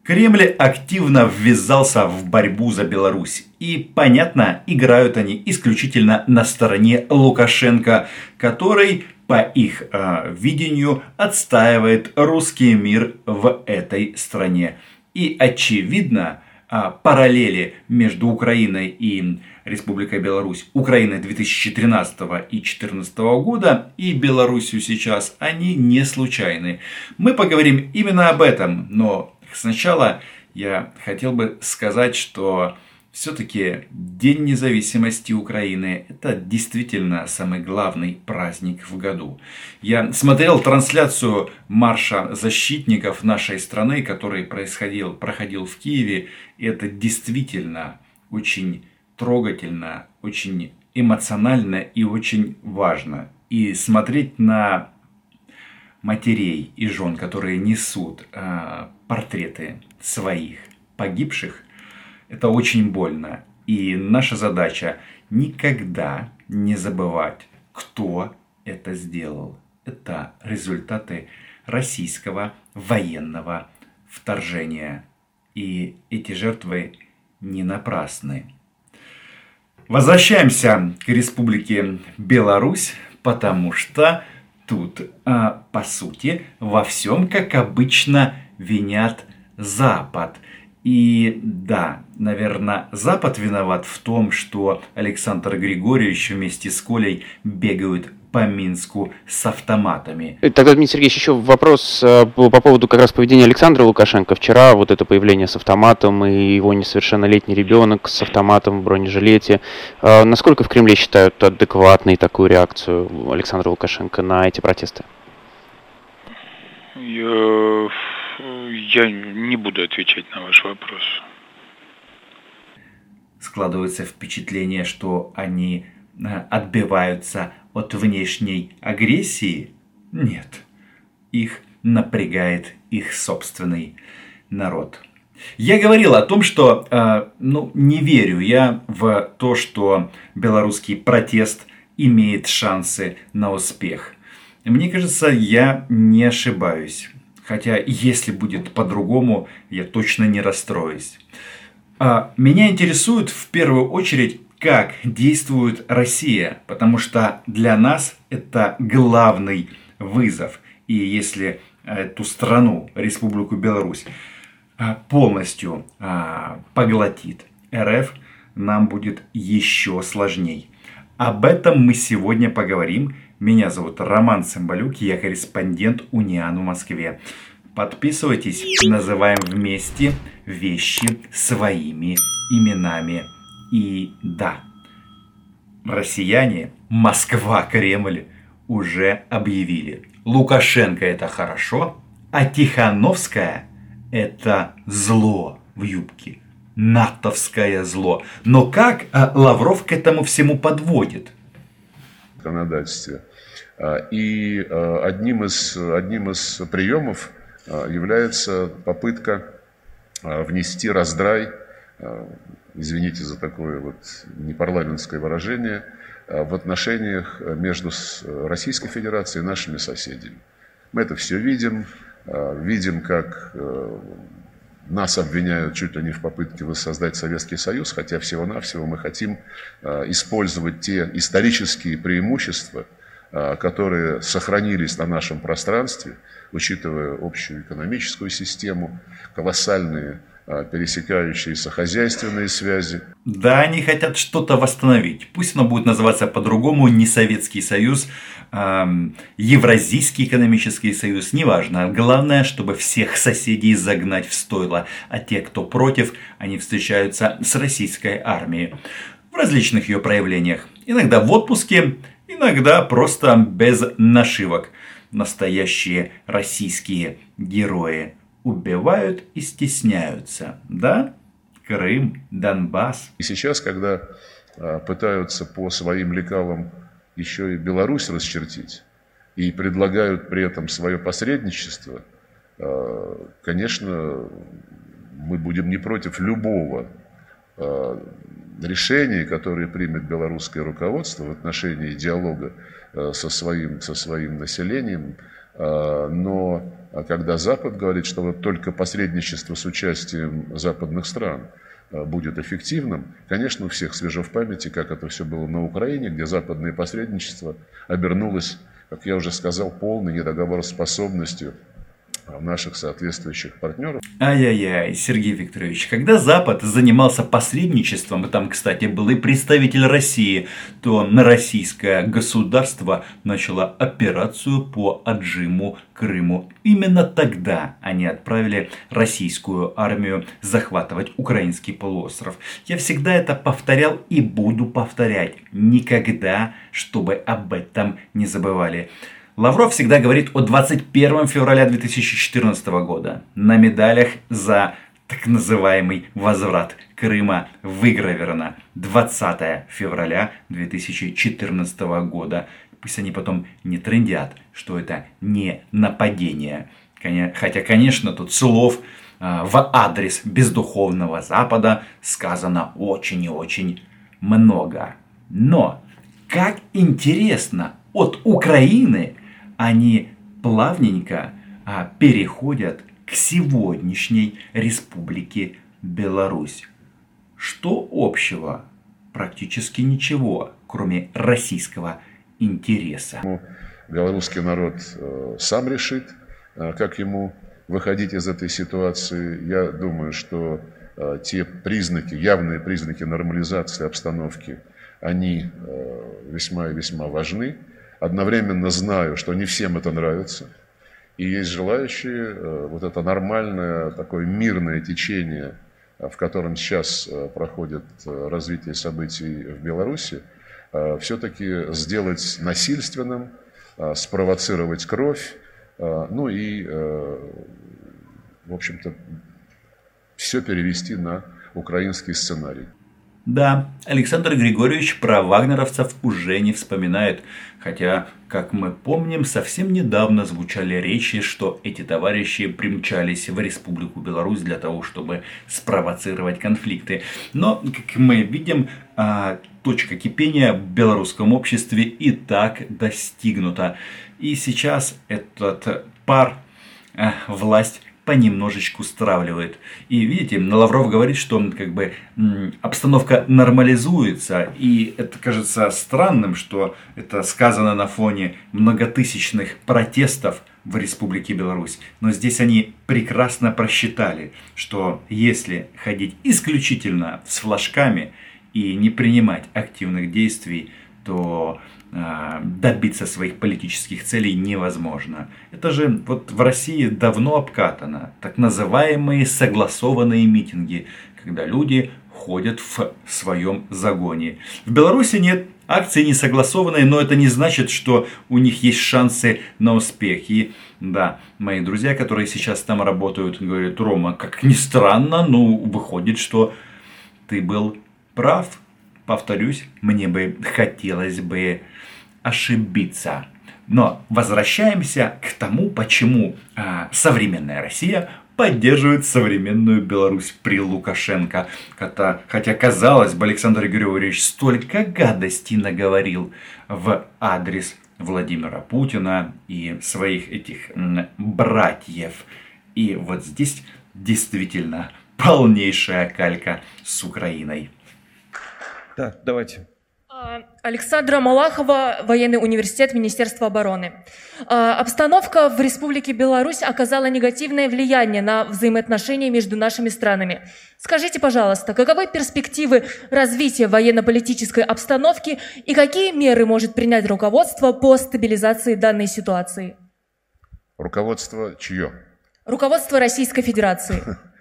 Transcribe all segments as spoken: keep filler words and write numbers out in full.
Кремль активно ввязался в борьбу за Беларусь. И, понятно, играют они исключительно на стороне Лукашенко, который, по их э, видению, отстаивает русский мир в этой стране. И, очевидно, э, параллели между Украиной и Республикой Беларусь, Украиной две тысячи тринадцатого и две тысячи четырнадцатого года и Беларусью сейчас, они не случайны. Мы поговорим именно об этом, но сначала я хотел бы сказать, что все-таки День независимости Украины – это действительно самый главный праздник в году. Я смотрел трансляцию марша защитников нашей страны, который происходил, проходил в Киеве. И это действительно очень трогательно, очень эмоционально и очень важно. И смотреть на матерей и жен, которые несут э, портреты своих погибших, это очень больно. И наша задача никогда не забывать, кто это сделал. Это результаты российского военного вторжения. И эти жертвы не напрасны. Возвращаемся к Республике Беларусь, потому что тут, а, по сути, во всем, как обычно, винят Запад. И да, наверное, Запад виноват в том, что Александр Григорьевич вместе с Колей бегают по Минску с автоматами. Тогда, Дмитрий Сергеевич, еще вопрос по поводу как раз поведения Александра Лукашенко. Вчера вот это появление с автоматом и его несовершеннолетний ребенок с автоматом в бронежилете. Насколько в Кремле считают адекватной такую реакцию Александра Лукашенко на эти протесты? Я, я не буду отвечать на ваш вопрос. Складывается впечатление, что они отбиваются от внешней агрессии? Нет. Их напрягает их собственный народ. Я говорил о том, что э, ну, не верю я в то, что белорусский протест имеет шансы на успех. Мне кажется, я не ошибаюсь. Хотя, если будет по-другому, я точно не расстроюсь. А меня интересует в первую очередь, как действует Россия, потому что для нас это главный вызов. И если эту страну, Республику Беларусь, полностью поглотит РФ, нам будет еще сложней. Об этом мы сегодня поговорим. Меня зовут Роман Цымбалюк, я корреспондент Униан в Москве. Подписывайтесь, называем вместе вещи своими именами. И да, россияне, Москва, Кремль уже объявили: Лукашенко это хорошо, а Тихановская это зло в юбке. Натовское зло. Но как а, Лавров к этому всему подводит? В законодательстве. И одним из, одним из приемов является попытка внести раздрай, извините за такое вот непарламентское выражение, в отношениях между Российской Федерацией и нашими соседями. Мы это все видим, видим, как нас обвиняют чуть ли не в попытке воссоздать Советский Союз, хотя всего-навсего мы хотим использовать те исторические преимущества, которые сохранились на нашем пространстве, учитывая общую экономическую систему, колоссальные пересекающиеся хозяйственные связи. Да, они хотят что-то восстановить. Пусть оно будет называться по-другому, не Советский Союз, а Евразийский экономический союз, неважно. Главное, чтобы всех соседей загнать в стойло, а те, кто против, они встречаются с российской армией в различных ее проявлениях. Иногда в отпуске, иногда просто без нашивок. Настоящие российские герои убивают и стесняются, да? Крым, Донбасс. И сейчас, когда а, пытаются по своим лекалам еще и Беларусь расчертить и предлагают при этом свое посредничество, а, конечно, мы будем не против любого а, решения, которое примет белорусское руководство в отношении диалога а, со своим, со своим населением, а, но когда Запад говорит, что вот только посредничество с участием западных стран будет эффективным, конечно, у всех свежо в памяти, как это все было на Украине, где западное посредничество обернулось, как я уже сказал, полной недоговороспособностью наших соответствующих партнеров. Ай-яй-яй, Сергей Викторович, когда Запад занимался посредничеством, и там, кстати, был и представитель России, то российское государство начало операцию по отжиму Крыму. Именно тогда они отправили российскую армию захватывать украинский полуостров. Я всегда это повторял и буду повторять. Никогда, чтобы об этом не забывали. Лавров всегда говорит о двадцать первого февраля две тысячи четырнадцатого года. На медалях за так называемый возврат Крыма выгравировано двадцатого февраля две тысячи четырнадцатого года. Пусть они потом не трындят, что это не нападение. Хотя, конечно, тут слов в адрес бездуховного Запада сказано очень и очень много. Но, как интересно, от Украины они плавненько а, переходят к сегодняшней Республике Беларусь. Что общего? Практически ничего, кроме российского интереса. Белорусский народ э, сам решит, э, как ему выходить из этой ситуации. Я думаю, что э, те признаки, явные признаки нормализации обстановки, они э, весьма и весьма важны. Одновременно знаю, что не всем это нравится. И есть желающие э, вот это нормальное, такое мирное течение, в котором сейчас э, проходит э, развитие событий в Беларуси, э, все-таки сделать насильственным, э, спровоцировать кровь, э, ну и, э, в общем-то, все перевести на украинский сценарий. Да, Александр Григорьевич про вагнеровцев уже не вспоминает. Хотя, как мы помним, совсем недавно звучали речи, что эти товарищи примчались в Республику Беларусь для того, чтобы спровоцировать конфликты. Но, как мы видим, точка кипения в белорусском обществе и так достигнута. И сейчас этот пар, власть, понемножечку стравливает. И видите, Лавров говорит, что как бы обстановка нормализуется. И это кажется странным, что это сказано на фоне многотысячных протестов в Республике Беларусь. Но здесь они прекрасно просчитали, что если ходить исключительно с флажками и не принимать активных действий, то добиться своих политических целей невозможно. Это же вот в России давно обкатано. Так называемые согласованные митинги, когда люди ходят в своем загоне. В Беларуси нет, акции не согласованные, но это не значит, что у них есть шансы на успех. И да, мои друзья, которые сейчас там работают, говорят: Рома, как ни странно, ну выходит, что ты был прав. Повторюсь, мне бы хотелось бы ошибиться. Но возвращаемся к тому, почему а, современная Россия поддерживает современную Беларусь при Лукашенко. Хотя, хотя казалось бы, Александр Григорьевич столько гадостей наговорил в адрес Владимира Путина и своих этих м, братьев. И вот здесь действительно полнейшая калька с Украиной. Так, давайте. Александра Малахова, Военный университет Министерства обороны. Обстановка в Республике Беларусь оказала негативное влияние на взаимоотношения между нашими странами. Скажите, пожалуйста, каковы перспективы развития военно-политической обстановки и какие меры может принять руководство по стабилизации данной ситуации? Руководство чье? Руководство Российской Федерации.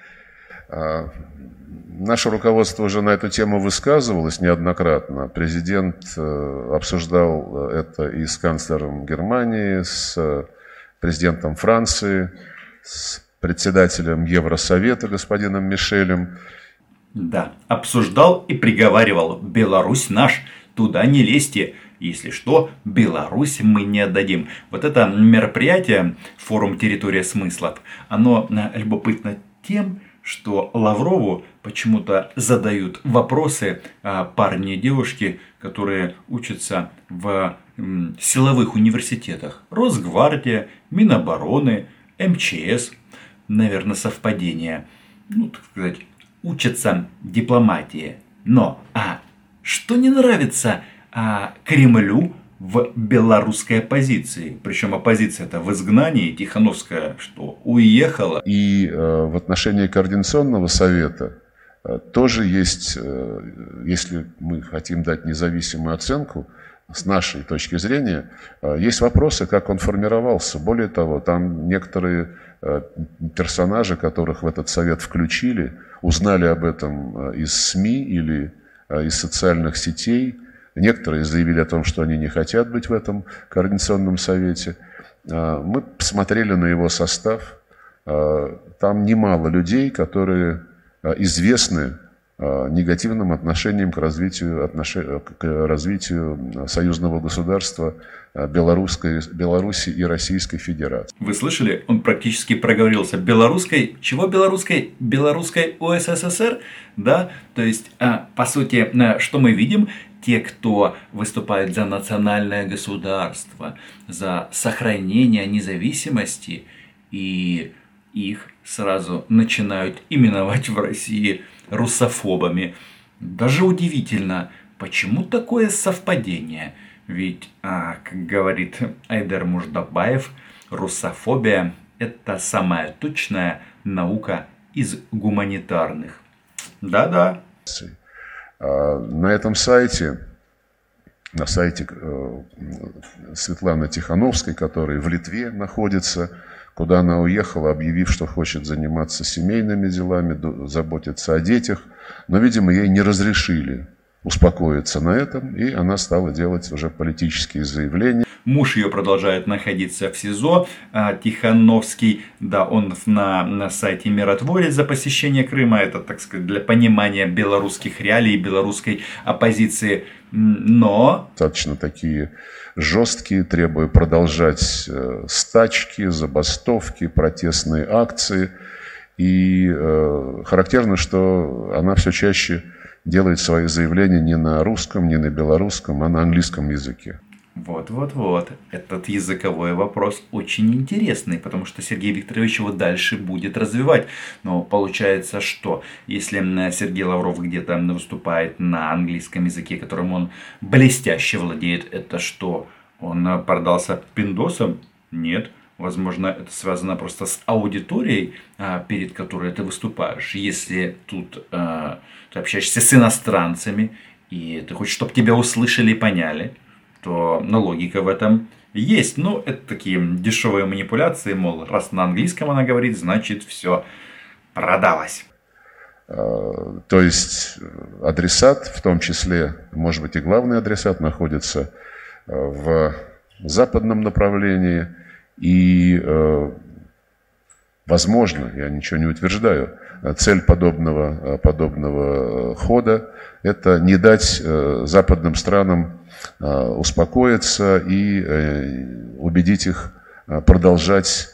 Наше руководство уже на эту тему высказывалось неоднократно. Президент обсуждал это и с канцлером Германии, с президентом Франции, с председателем Евросовета господином Мишелем. Да, обсуждал и приговаривал: Беларусь наш, туда не лезьте. Если что, Беларусь мы не отдадим. Вот это мероприятие, форум «Территория смыслов», оно любопытно тем, что Лаврову почему-то задают вопросы парни и девушки, которые учатся в силовых университетах. Росгвардия, Минобороны, эм че эс, наверное, совпадение, ну, так сказать, учатся дипломатии. Но, а что не нравится а, Кремлю в белорусской оппозиции? Причем оппозиция-то в изгнании, Тихановская что, уехала? И э, в отношении Координационного совета э, тоже есть, э, если мы хотим дать независимую оценку, с нашей точки зрения, э, есть вопросы, как он формировался. Более того, там некоторые э, персонажи, которых в этот совет включили, узнали об этом э, из СМИ или э, из социальных сетей. Некоторые заявили о том, что они не хотят быть в этом координационном совете. Мы посмотрели на его состав. Там немало людей, которые известны негативным отношением к развитию, к развитию союзного государства Белорусской, Беларуси и Российской Федерации. Вы слышали? Он практически проговорился. Белорусской, чего белорусской? Белорусской у эс эс эс эр? Да? То есть, по сути, что мы видим? Те, кто выступает за национальное государство, за сохранение независимости, и их сразу начинают именовать в России русофобами. Даже удивительно, почему такое совпадение? Ведь, а, как говорит Айдар Муждабаев, русофобия – это самая точная наука из гуманитарных. Да-да. На этом сайте, на сайте Светланы Тихановской, который в Литве находится, куда она уехала, объявив, что хочет заниматься семейными делами, заботиться о детях, но, видимо, ей не разрешили успокоиться на этом, и она стала делать уже политические заявления. Муж ее продолжает находиться в СИЗО. Тихановский, да, он на, на сайте «Миротворец» за посещение Крыма. Это, так сказать, для понимания белорусских реалий, белорусской оппозиции. Но... Достаточно такие жесткие, требуя продолжать стачки, забастовки, протестные акции. И э, характерно, что она все чаще делает свои заявления не на русском, не на белорусском, а на английском языке. Вот-вот-вот. Этот языковой вопрос очень интересный, потому что Сергей Викторович его дальше будет развивать. Но получается, что если Сергей Лавров где-то выступает на английском языке, которым он блестяще владеет, это что, он продался пиндосом? Нет. Возможно, это связано просто с аудиторией, перед которой ты выступаешь. Если тут э, ты общаешься с иностранцами, и ты хочешь, чтобы тебя услышали и поняли, то ну, логика в этом есть. Но это такие дешевые манипуляции, мол, раз на английском она говорит, значит все продалось. То есть адресат, в том числе, может быть и главный адресат, находится в западном направлении. И, возможно, я ничего не утверждаю, цель подобного, подобного хода – это не дать западным странам успокоиться и убедить их продолжать,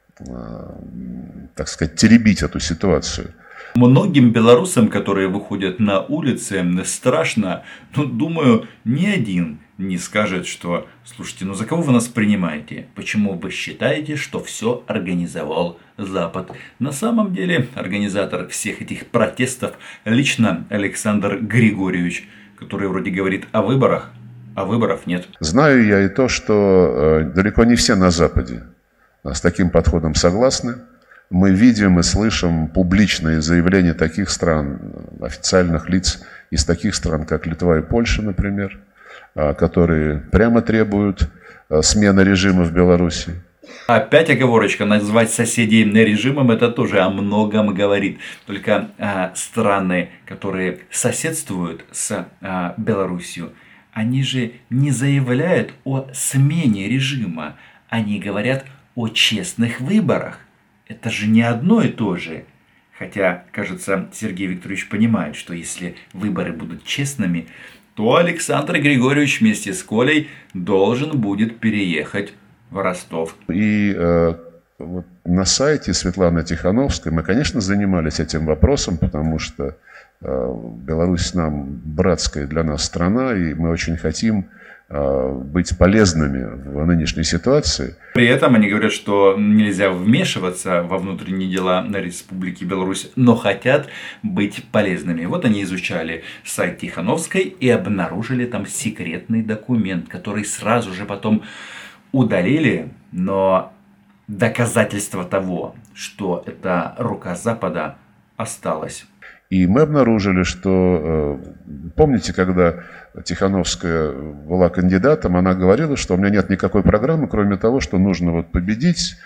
так сказать, теребить эту ситуацию. Многим белорусам, которые выходят на улицы, страшно, но, думаю, ни один не скажет, что «слушайте, ну за кого вы нас принимаете? Почему вы считаете, что все организовал Запад?» На самом деле, организатор всех этих протестов лично Александр Григорьевич, который вроде говорит о выборах, а выборов нет. Знаю я и то, что далеко не все на Западе с таким подходом согласны. Мы видим и слышим публичные заявления таких стран, официальных лиц из таких стран, как Литва и Польша, например, которые прямо требуют смены режима в Беларуси. Опять оговорочка, назвать соседей режимом, это тоже о многом говорит. Только а, страны, которые соседствуют с а, Беларусью, они же не заявляют о смене режима, они говорят о честных выборах. Это же не одно и то же. Хотя, кажется, Сергей Викторович понимает, что если выборы будут честными, то Александр Григорьевич вместе с Колей должен будет переехать в Ростов. И э, вот на сайте Светланы Тихановской мы, конечно, занимались этим вопросом, потому что э, Беларусь нам братская для нас страна, и мы очень хотим быть полезными в нынешней ситуации. При этом они говорят, что нельзя вмешиваться во внутренние дела Республики Беларусь, но хотят быть полезными. Вот они изучали сайт Тихановской и обнаружили там секретный документ, который сразу же потом удалили, но доказательство того, что это рука Запада, осталось. И мы обнаружили, что, помните, когда Тихановская была кандидатом, она говорила, что у меня нет никакой программы, кроме того, что нужно вот победить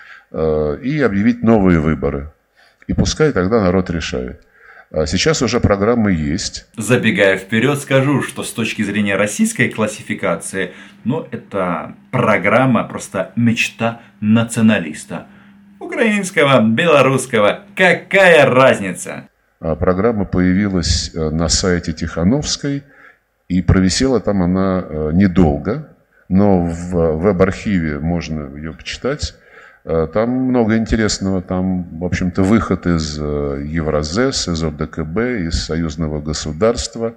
и объявить новые выборы. И пускай тогда народ решает. А сейчас уже программы есть. Забегая вперед, скажу, что с точки зрения российской классификации, ну, это программа просто мечта националиста. Украинского, белорусского, какая разница? Программа появилась на сайте Тихановской, и провисела там она недолго, но в веб-архиве можно ее почитать. Там много интересного, там, в общем-то, выход из Евразес, из ОДКБ, из союзного государства,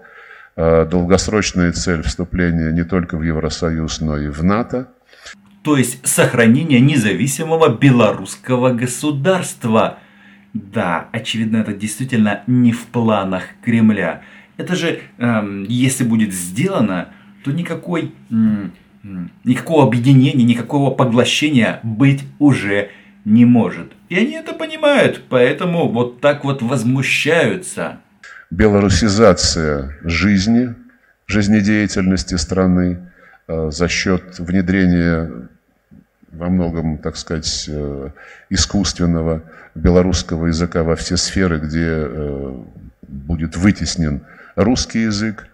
долгосрочная цель вступления не только в Евросоюз, но и в НАТО. То есть сохранение независимого белорусского государства. Да, очевидно, это действительно не в планах Кремля. Это же, эм, если будет сделано, то никакой, м- м- никакого объединения, никакого поглощения быть уже не может. И они это понимают, поэтому вот так вот возмущаются. Белорусизация жизни, жизнедеятельности страны э, за счет внедрения во многом, так сказать, э, искусственного белорусского языка во все сферы, где э, будет вытеснен русский язык.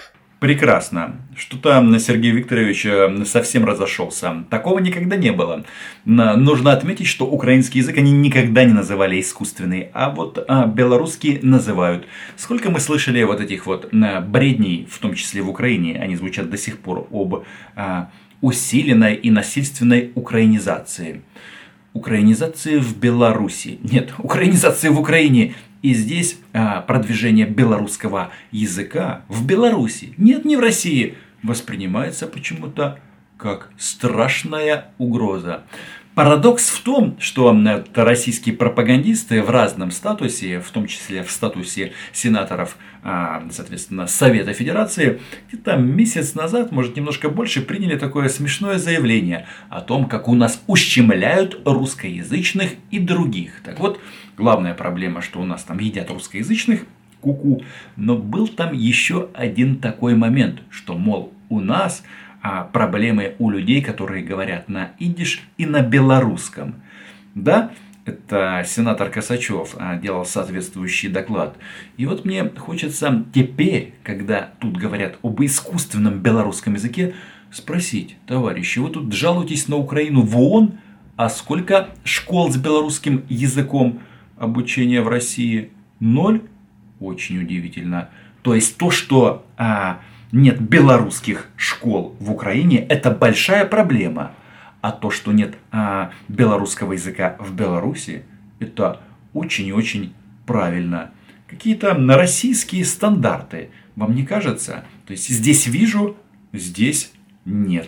Прекрасно. Что-то Сергей Викторович совсем разошелся. Такого никогда не было. Нужно отметить, что украинский язык они никогда не называли искусственный, а вот а, белорусский называют. Сколько мы слышали вот этих вот бредней, в том числе в Украине, они звучат до сих пор, об а, усиленной и насильственной украинизации. Украинизации в Беларуси. Нет, украинизации в Украине. И здесь а, продвижение белорусского языка в Беларуси, нет, не в России, воспринимается почему-то как страшная угроза. Парадокс в том, что российские пропагандисты в разном статусе, в том числе в статусе сенаторов, соответственно, Совета Федерации, где-то месяц назад, может немножко больше, приняли такое смешное заявление о том, как у нас ущемляют русскоязычных и других. Так вот, главная проблема, что у нас там едят русскоязычных, ку-ку, но был там еще один такой момент, что, мол, у нас а проблемы у людей, которые говорят на идиш и на белорусском. Да, это сенатор Косачев делал соответствующий доклад. И вот мне хочется теперь, когда тут говорят об искусственном белорусском языке, спросить: товарищи, вы тут жалуетесь на Украину в ООН, а сколько школ с белорусским языком обучения в России? Ноль? Очень удивительно. То есть то, что а, нет белорусских школ в Украине, это большая проблема. А то, что нет а, белорусского языка в Беларуси, это очень и очень правильно. Какие-то российские стандарты, вам не кажется? То есть здесь вижу, здесь нет.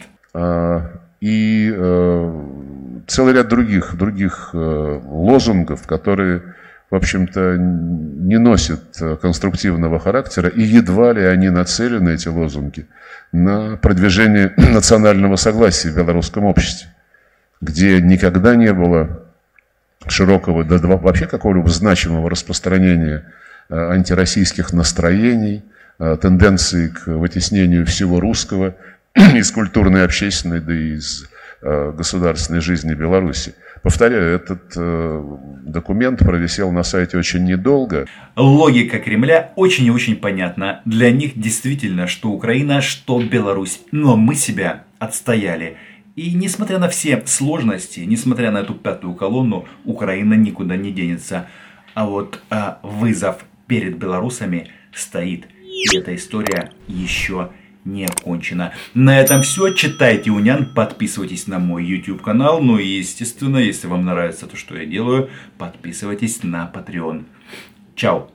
И э, целый ряд других, других э, лозунгов, которые, в общем-то, не носят конструктивного характера, и едва ли они нацелены, эти лозунги, на продвижение национального согласия в белорусском обществе, где никогда не было широкого, да вообще какого-либо значимого распространения антироссийских настроений, тенденции к вытеснению всего русского из культурной, общественной, да и из государственной жизни Беларуси. Повторяю, этот э, документ провисел на сайте очень недолго. Логика Кремля очень и очень понятна. Для них действительно, что Украина, что Беларусь. Но мы себя отстояли. И несмотря на все сложности, несмотря на эту пятую колонну, Украина никуда не денется. А вот э, вызов перед белорусами стоит. И эта история еще не окончена. На этом все. Читайте Унян, подписывайтесь на мой YouTube канал. Ну и естественно, если вам нравится то, что я делаю, подписывайтесь на Patreon. Чао!